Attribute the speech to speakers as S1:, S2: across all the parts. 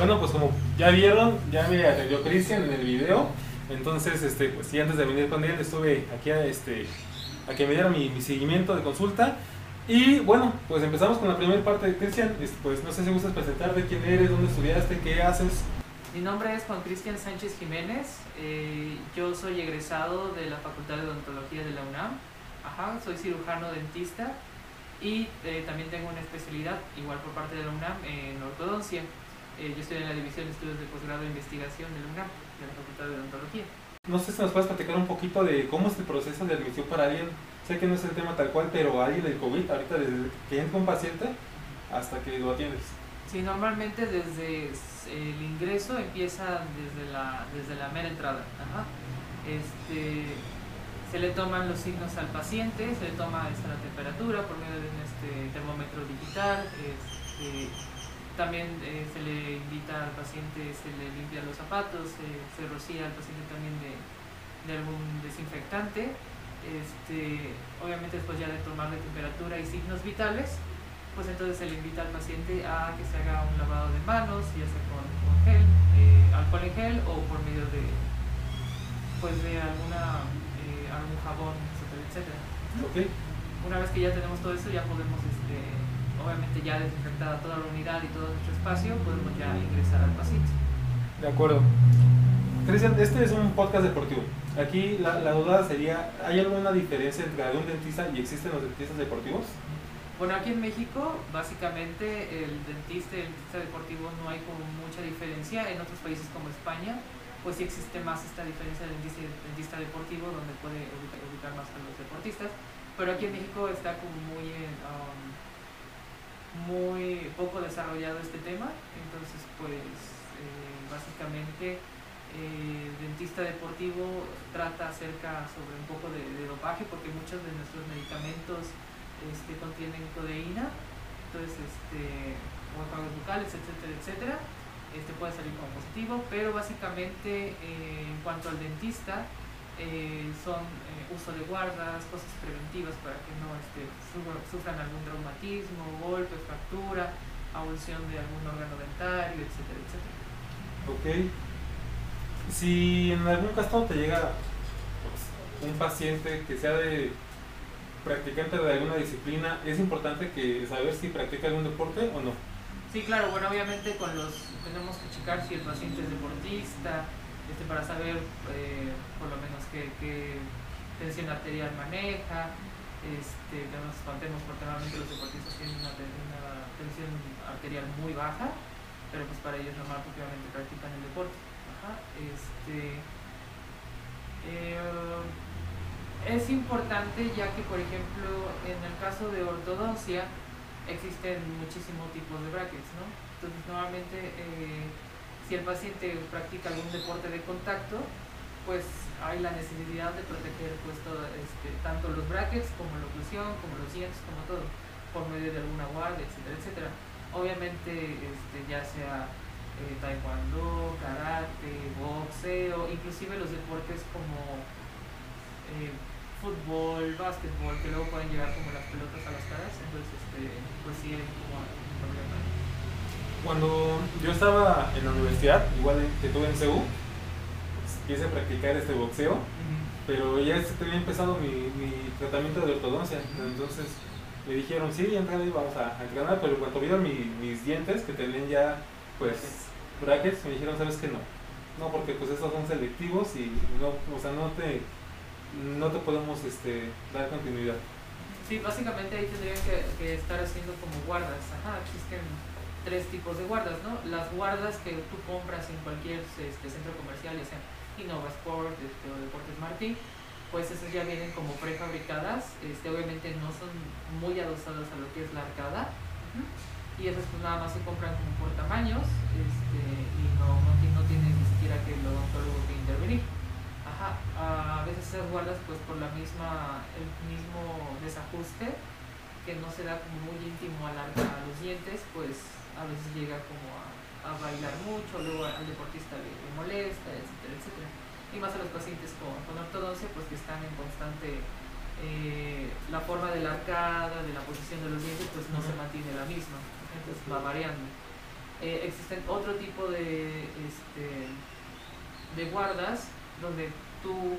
S1: Bueno, pues como ya vieron, ya me atendió Cristian en el video. Entonces, pues sí, antes de venir con él estuve aquí a que me diera mi seguimiento de consulta. Y bueno, pues empezamos con la primera parte de Cristian. Pues no sé si gustas presentarte, quién eres, dónde estudiaste, qué haces.
S2: Mi nombre es Juan Cristian Sánchez Jiménez. Yo soy egresado de la Facultad de Odontología de la UNAM. Soy cirujano dentista y también tengo una especialidad, igual por parte de la UNAM, en ortodoncia. Yo estoy en la División de Estudios de Posgrado e Investigación de la UNAM, de la Facultad de Odontología.
S1: No sé si nos puedes platicar un poquito de cómo es el proceso de admisión para alguien. Sé que no es el tema tal cual, pero alguien del COVID, ahorita desde que entra un paciente hasta que lo atiendes.
S2: Sí, normalmente desde el ingreso empieza desde la mera entrada. Se le toman los signos al paciente, se le toma la temperatura por medio de un termómetro digital. También se le invita al paciente, se le limpia los zapatos, se rocía al paciente también de algún desinfectante. Obviamente después ya de tomarle temperatura y signos vitales, pues entonces se le invita al paciente a que se haga un lavado de manos, ya sea con gel, alcohol en gel o por medio de algún jabón, etcétera.
S1: Okay.
S2: Una vez que ya tenemos todo eso, ya podemos obviamente ya desinfectada toda la unidad y todo nuestro espacio, podemos ya ingresar al paciente.
S1: De acuerdo. Cristian, este es un podcast deportivo. Aquí la duda sería, ¿hay alguna diferencia entre algún dentista y existen los dentistas deportivos?
S2: Bueno, aquí en México, básicamente el dentista y el dentista deportivo no hay como mucha diferencia. En otros países como España, pues sí existe más esta diferencia del dentista deportivo, donde puede ubicar más a los deportistas. Pero aquí en México está como muy poco desarrollado este tema. Entonces, pues básicamente el dentista deportivo trata acerca sobre un poco de dopaje, porque muchos de nuestros medicamentos contienen codeína, entonces o enjuagues bucales, etcétera, puede salir como positivo, pero básicamente en cuanto al dentista son uso de guardas, cosas preventivas para que no sufran algún traumatismo, golpe, fractura, abulsión de algún órgano dentario, etcétera.
S1: Ok. Si en algún caso te llega un paciente que sea practicante de alguna disciplina, ¿es importante saber si practica algún deporte o no?
S2: Sí, claro, bueno, obviamente tenemos que checar si el paciente es deportista, para saber por lo menos qué tensión arterial maneja. Que no nos espantemos, porque normalmente los deportistas tienen una tensión arterial muy baja, pero pues para ellos es normal porque obviamente practican el deporte. Es importante, ya que por ejemplo en el caso de ortodoncia existen muchísimos tipos de brackets, ¿no? Entonces normalmente si el paciente practica algún deporte de contacto, pues hay la necesidad de proteger pues tanto los brackets como la oclusión, como los dientes, como todo, por medio de alguna guardia, etcétera. Obviamente ya sea taekwondo, karate, boxeo, inclusive los deportes como fútbol, básquetbol, que luego pueden llegar como las pelotas a las caras, entonces pues sí hay como un problema.
S1: Cuando yo estaba en la universidad, igual que tú en CEU, pues, quise practicar boxeo, pero ya tenía empezado mi tratamiento de ortodoncia, entonces me dijeron, sí, entra y vamos a entrenar, pero cuando vieron mis dientes, que tenían ya pues brackets, me dijeron, ¿sabes qué? No, porque pues estos son selectivos y no te podemos dar continuidad.
S2: Sí, básicamente ahí tendrían que estar haciendo como guardas. Existen 3 tipos de guardas, ¿no? Las guardas que tú compras en cualquier centro comercial, ya sea Innova Sport o Deportes Martí, pues esas ya vienen como prefabricadas. Obviamente no son muy adosadas a lo que es la arcada, y esas pues nada más se compran como por tamaños, y no tienen ni siquiera que el odontólogo que intervenir. A veces esas guardas pues por el mismo desajuste, que no se da como muy íntimo a los dientes, pues a veces llega como a bailar mucho, luego al deportista le molesta, etcétera. Y más a los pacientes con ortodoncia, pues que están en constante, la forma de la arcada, de la posición de los dientes, pues no se mantiene la misma, entonces va variando. Existen otro tipo de guardas donde tú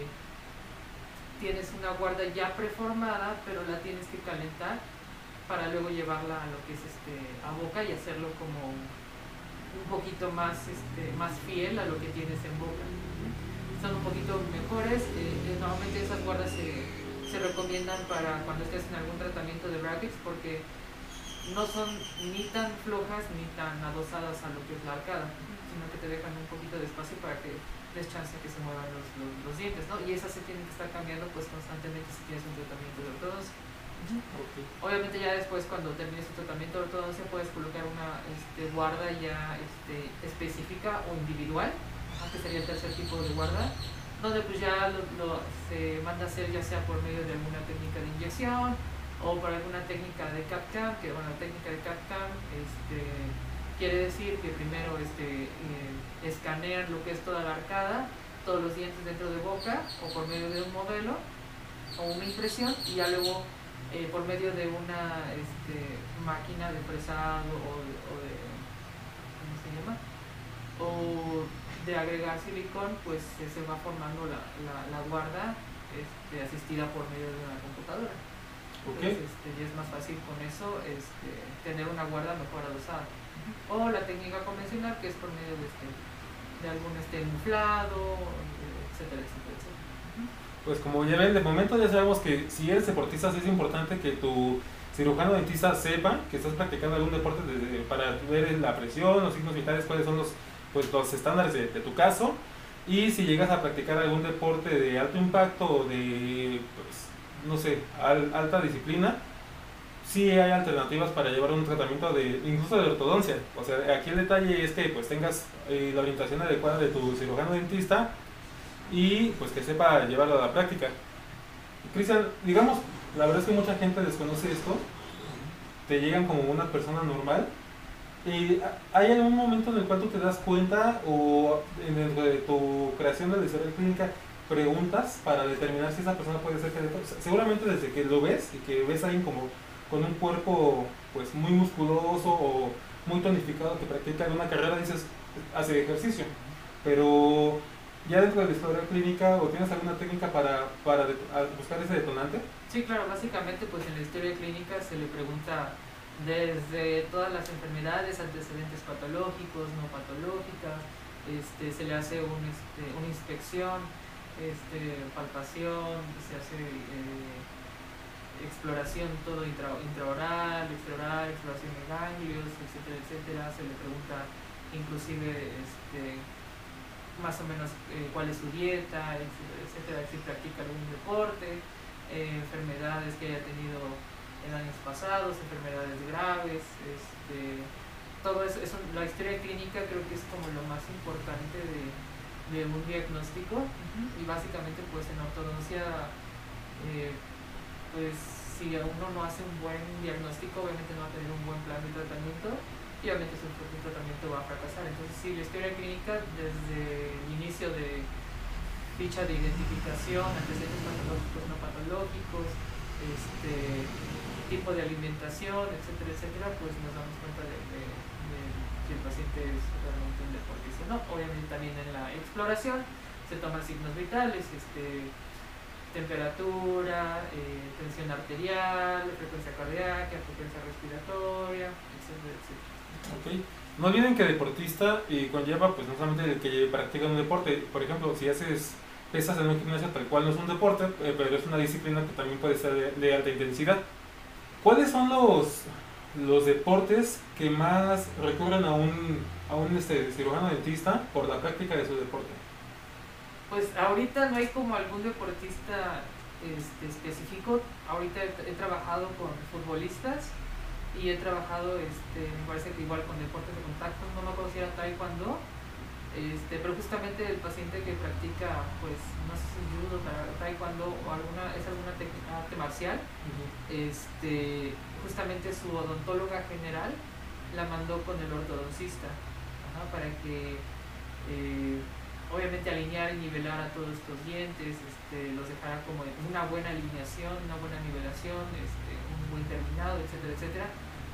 S2: tienes una guarda ya preformada, pero la tienes que calentar para luego llevarla a lo que es a boca y hacerlo como un poquito más fiel a lo que tienes en boca. Son un poquito mejores. Normalmente esas guardas se recomiendan para cuando estés en algún tratamiento de brackets, porque no son ni tan flojas ni tan adosadas a lo que es la arcada, sino que te dejan un poquito de espacio para que des chance que se muevan los dientes, ¿no? Y esas se tienen que estar cambiando pues constantemente si tienes un tratamiento de ortodoncia. Okay. Obviamente ya después, cuando termines tu tratamiento de ortodoncia, puedes colocar una guarda ya específica o individual, que sería el tercer tipo de guarda, donde pues ya se manda a hacer ya sea por medio de alguna técnica de inyección o por alguna técnica de CAD/CAM, que bueno, la técnica de CAD/CAM quiere decir que primero escanean lo que es toda la arcada, todos los dientes dentro de boca, o por medio de un modelo o una impresión, y ya luego por medio de una máquina de fresado o de ¿cómo se llama? O de agregar silicón, pues se va formando la guarda asistida por medio de una computadora. Okay. Entonces, y es más fácil con eso tener una guarda mejor adosada. O la técnica convencional, que es por medio de algún inflado, etcétera, etcétera, etcétera.
S1: Pues como ya ven, de momento ya sabemos que si eres deportista, sí es importante que tu cirujano dentista sepa que estás practicando algún deporte para ver la presión, los signos vitales, cuáles son los estándares de tu caso, y si llegas a practicar algún deporte de alto impacto o de, pues, no sé, alta disciplina, sí hay alternativas para llevar un tratamiento incluso de ortodoncia. O sea, aquí el detalle es que pues tengas la orientación adecuada de tu cirujano dentista y pues que sepa llevarlo a la práctica. Cristian, digamos, la verdad es que mucha gente desconoce esto, te llegan como una persona normal. ¿Hay algún momento en el cual tú te das cuenta o dentro de tu creación de la historia clínica preguntas para determinar si esa persona puede ser cadeto? Seguramente desde que lo ves y que ves a alguien como con un cuerpo pues muy musculoso o muy tonificado que practica una carrera, dices, hace ejercicio, pero ya dentro de la historia clínica, ¿o tienes alguna técnica para buscar ese detonante?
S2: Sí, claro, básicamente pues en la historia clínica se le pregunta desde todas las enfermedades, antecedentes patológicos, no patológicas, se le hace una inspección, palpación, se hace exploración todo intraoral, extraoral, exploración de ganglios, etcétera, etcétera. Se le pregunta inclusive más o menos cuál es su dieta, etcétera, etcétera, si practica algún deporte, enfermedades que haya tenido en años pasados, enfermedades graves, todo eso, la historia clínica creo que es como lo más importante de un diagnóstico. Y básicamente pues en ortodoncia pues si uno no hace un buen diagnóstico, obviamente no va a tener un buen plan de tratamiento y obviamente su tratamiento va a fracasar. Entonces sí, la historia clínica desde el inicio de ficha de identificación, antecedentes patológicos, no patológicos, tipo de alimentación, etcétera, etcétera, pues nos damos cuenta de si el paciente es realmente un deportista, ¿no? Obviamente también en la exploración se toman signos vitales, temperatura, tensión arterial, frecuencia cardíaca, frecuencia respiratoria, etcétera, etcétera.
S1: Okay. No olviden que deportista conlleva pues no solamente el que practica un deporte. Por ejemplo, si haces pesas en un gimnasio, tal cual no es un deporte, pero es una disciplina que también puede ser de alta intensidad. ¿Cuáles son los deportes que más recurren a un cirujano dentista por la práctica de su deporte?
S2: Pues ahorita no hay como algún deportista específico. Ahorita he trabajado con futbolistas y he trabajado, me parece que igual con deportes de contacto, no me acuerdo si era taekwondo, pero justamente el paciente que practica, pues no sé si judo, taekwondo o alguna arte marcial, justamente su odontóloga general la mandó con el ortodoncista, para que obviamente alinear y nivelar a todos estos dientes, los dejara como en una buena alineación, una buena nivelación, un buen terminado, etcétera, etcétera.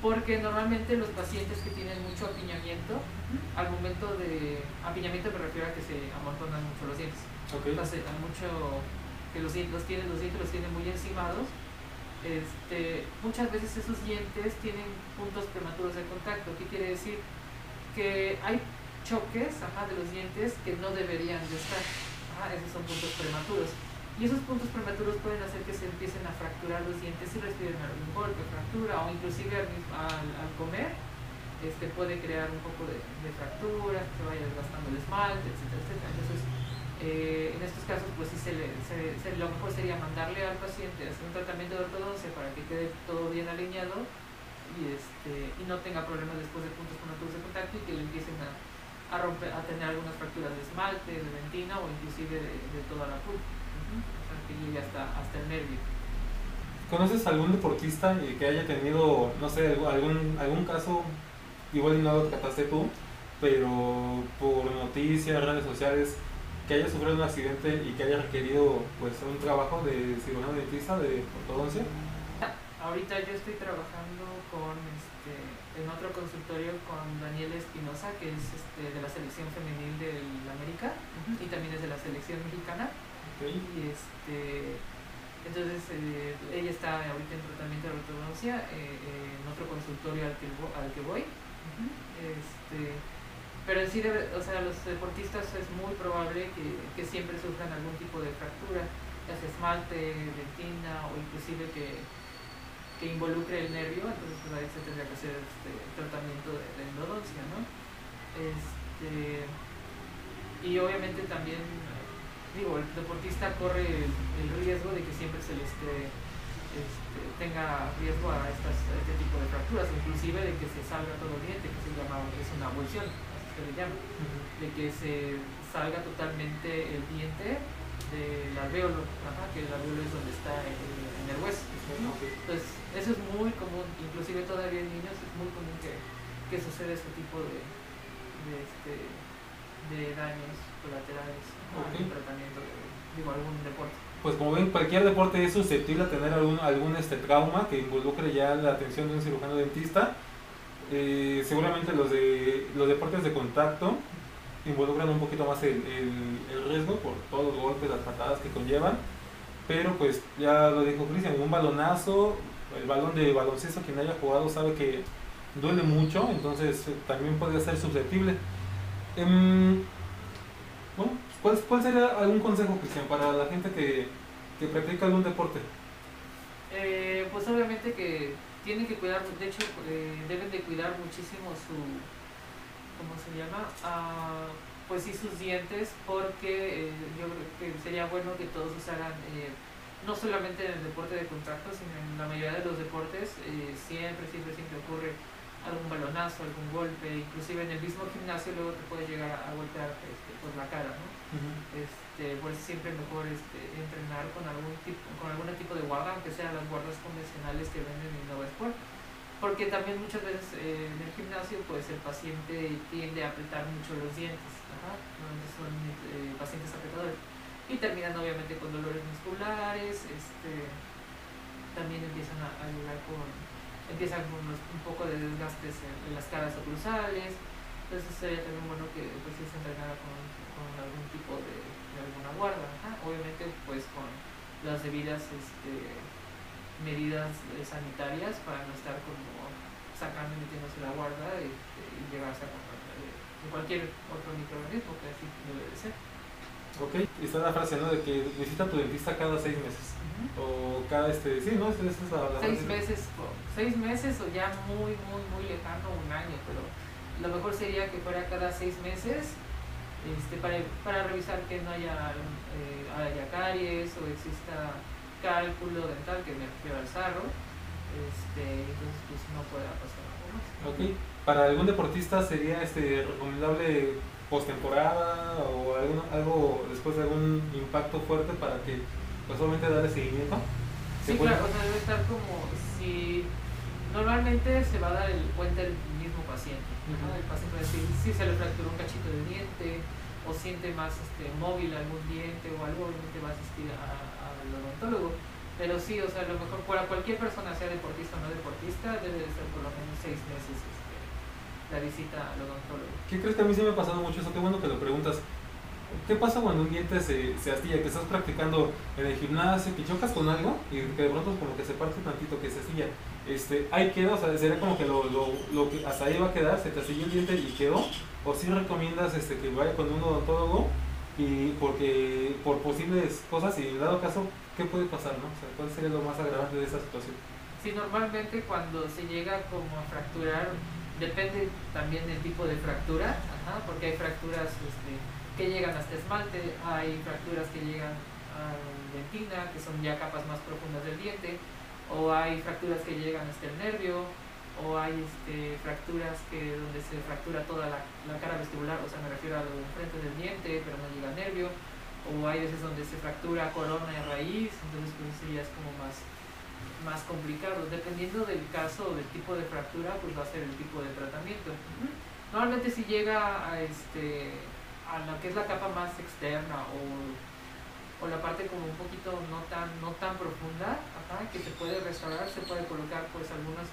S2: porque normalmente los pacientes que tienen mucho apiñamiento, al momento de apiñamiento me refiero a que se amontonan mucho los dientes.
S1: Okay.
S2: Entonces, hay mucho que los dientes los tienen muy encimados. Muchas veces esos dientes tienen puntos prematuros de contacto. ¿Qué quiere decir? Que hay choques de los dientes que no deberían de estar. Esos son puntos prematuros. Y esos puntos prematuros pueden hacer que se empiecen a fracturar los dientes si reciben algún golpe, fractura, o inclusive al comer puede crear un poco de fracturas, que se vaya desgastando el esmalte, etcétera, etcétera. Entonces, en estos casos, pues sí lo mejor sería mandarle al paciente a hacer un tratamiento de ortodoncia para que quede todo bien alineado y no tenga problemas después de puntos prematuros de contacto y que le empiecen a tener algunas fracturas de esmalte, de dentina o inclusive de toda la pulpa. O sea, que llegue hasta el nervio.
S1: ¿Conoces algún deportista que haya tenido, no sé, algún caso, igual no lo trataste tú, pero por noticias, redes sociales, que haya sufrido un accidente y que haya requerido pues un trabajo de cirujano dentista, de ortodoncia?
S2: Ahorita yo estoy trabajando en otro consultorio con Daniel Espinosa, que es de la selección femenil del América y también es de la selección mexicana.
S1: Okay.
S2: Y entonces ella está ahorita en tratamiento de ortodoncia en otro consultorio al que voy. Pero en sí, los deportistas es muy probable que siempre sufran algún tipo de fractura, ya sea esmalte, dentina o inclusive que involucre el nervio. Entonces pues ahí se tendría que hacer tratamiento de endodoncia, ¿no? Y obviamente también el deportista corre el riesgo de que siempre se les tenga riesgo a este tipo de fracturas, inclusive de que se salga todo el diente, que es una avulsión, así se le llama, de que se salga totalmente el diente del alvéolo, que el alvéolo es donde está en el hueso. Entonces eso es muy común, inclusive todavía en niños es muy común que suceda este tipo de daños colaterales al tratamiento de algún deporte.
S1: Pues como ven, cualquier deporte es susceptible a tener algún trauma que involucre ya la atención de un cirujano dentista. Seguramente los deportes de contacto involucran un poquito más el riesgo por todos los golpes, las patadas que conllevan, pero pues ya lo dijo Cristian, un balonazo, el balón de baloncesto, quien haya jugado sabe que duele mucho, entonces también puede ser susceptible. Bueno, ¿cuál sería algún consejo, Cristian, para la gente que practica algún deporte?
S2: Pues obviamente que tienen que cuidar, de hecho deben de cuidar muchísimo ¿cómo se llama? Pues sí, sus dientes, porque yo creo que sería bueno que todos usaran, no solamente en el deporte de contacto, sino en la mayoría de los deportes, siempre ocurre algún balonazo, algún golpe, inclusive en el mismo gimnasio luego te puede llegar a golpear pues la cara, ¿no? Por eso siempre es mejor entrenar con algún tipo de guarda, aunque sean las guardas convencionales que venden en Innovasport, porque también muchas veces en el gimnasio pues el paciente tiende a apretar mucho los dientes, son pacientes apretadores y terminan obviamente con dolores musculares, también empiezan un poco de desgastes en las caras oclusales. Entonces sería también bueno que pues se entrenara con algún tipo de alguna guarda, obviamente pues con las debidas medidas sanitarias para no estar como sacando y metiéndose la guarda y llegarse a contactar de cualquier otro microorganismo, que así debe de ser.
S1: Ok, y está la frase, ¿no? De que visita a tu dentista cada 6 meses. O cada sí, ¿no? Esa es la
S2: 6 meses o ya muy, muy, muy lejano, un año, pero lo mejor sería que fuera cada 6 meses para revisar que no haya caries o exista cálculo dental, que me refiero al sarro, entonces pues no pueda pasar algo más.
S1: Ok, para algún deportista sería recomendable postemporada o algo después de algún impacto fuerte para que pues obviamente darle seguimiento.
S2: Sí, claro, o sea, debe estar como si normalmente se va a dar cuenta el mismo paciente. El paciente va a decir si se le fracturó un cachito de diente o siente más móvil algún diente o algo, obviamente va a asistir al odontólogo. Pero sí, o sea, a lo mejor para cualquier persona, sea deportista o no deportista, debe de ser por lo menos 6 meses la visita al odontólogo.
S1: ¿Qué crees que a mí sí me ha pasado mucho eso? Qué bueno que lo preguntas. ¿Qué pasa cuando un diente se astilla? Que estás practicando en el gimnasio, que chocas con algo y que de pronto como que se parte tantito, que se astilla. Ahí queda, o sea, sería como que lo que hasta ahí va a quedar, se te astilló el diente y quedó. O si recomiendas que vaya con un odontólogo y porque por posibles cosas y en dado caso, ¿qué puede pasar, no? O sea, ¿cuál sería lo más agravante de esa situación?
S2: Sí, normalmente cuando se llega como a fracturar, depende también del tipo de fractura, porque hay fracturas que llegan hasta esmalte, hay fracturas que llegan a dentina, que son ya capas más profundas del diente, o hay fracturas que llegan hasta el nervio, o hay fracturas donde se fractura toda la cara vestibular, o sea, me refiero a lo de enfrente del diente, pero no llega al nervio, o hay veces donde se fractura corona y raíz, entonces pues eso ya es como más complicado. Dependiendo del caso o del tipo de fractura, pues va a ser el tipo de tratamiento. Normalmente si llega a lo que es la capa más externa o la parte como un poquito no tan profunda, que se puede restaurar, se puede colocar pues algunas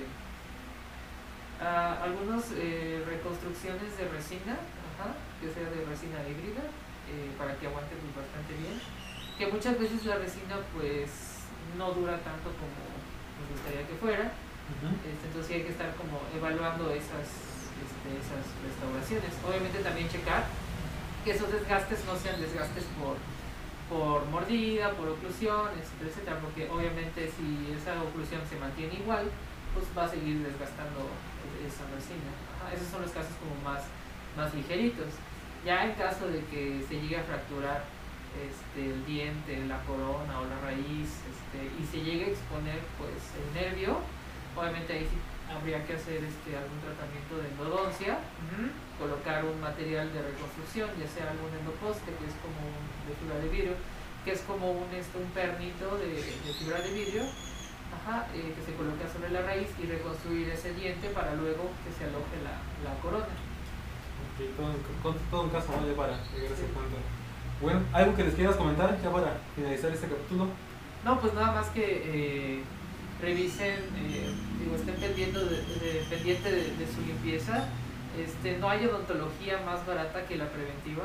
S2: reconstrucciones de resina, que sea de resina híbrida, para que aguante pues bastante bien, que muchas veces la resina pues no dura tanto como nos gustaría que fuera. Entonces sí hay que estar como evaluando esas restauraciones. Obviamente también checar que esos desgastes no sean desgastes por mordida, por oclusión, etcétera, porque obviamente si esa oclusión se mantiene igual, pues va a seguir desgastando esa resina. Esos son los casos como más ligeritos. Ya en caso de que se llegue a fracturar el diente, la corona o la raíz, y se llegue a exponer pues el nervio, obviamente ahí sí habría que hacer algún tratamiento de endodoncia, colocar un material de reconstrucción, ya sea algún endoposte, que es como de fibra de vidrio, que es como un pernito de fibra de vidrio, que se coloca sobre la raíz y reconstruir ese diente para luego que se aloje la corona.
S1: Ok, todo un caso, ¿no? Ya para llegar a ese punto. Bueno, ¿algo que les quieras comentar ya para finalizar este capítulo?
S2: No, pues nada más que revisen, estén pendientes de su limpieza. No hay odontología más barata que la preventiva.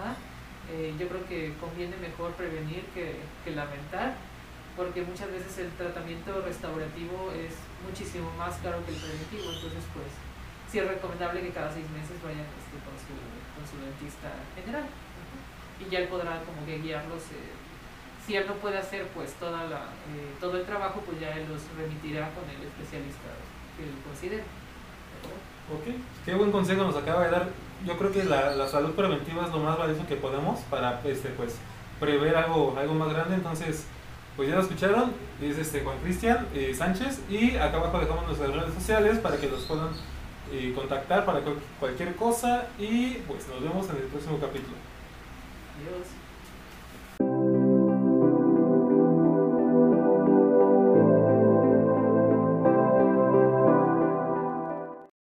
S2: Yo creo que conviene mejor prevenir que lamentar, porque muchas veces el tratamiento restaurativo es muchísimo más caro que el preventivo. Entonces pues sí es recomendable que cada 6 meses vayan con su dentista general, y ya él podrá como que guiarlos. Si él no puede hacer pues todo el trabajo, pues ya él los remitirá con el especialista que él considere.
S1: Ok, qué buen consejo nos acaba de dar. Yo creo que la salud preventiva es lo más valioso que podemos para pues prever algo más grande. Entonces, pues ya lo escucharon, es Juan Cristian Sánchez, y acá abajo dejamos nuestras redes sociales para que los puedan contactar para cualquier cosa, y pues nos vemos en el próximo capítulo.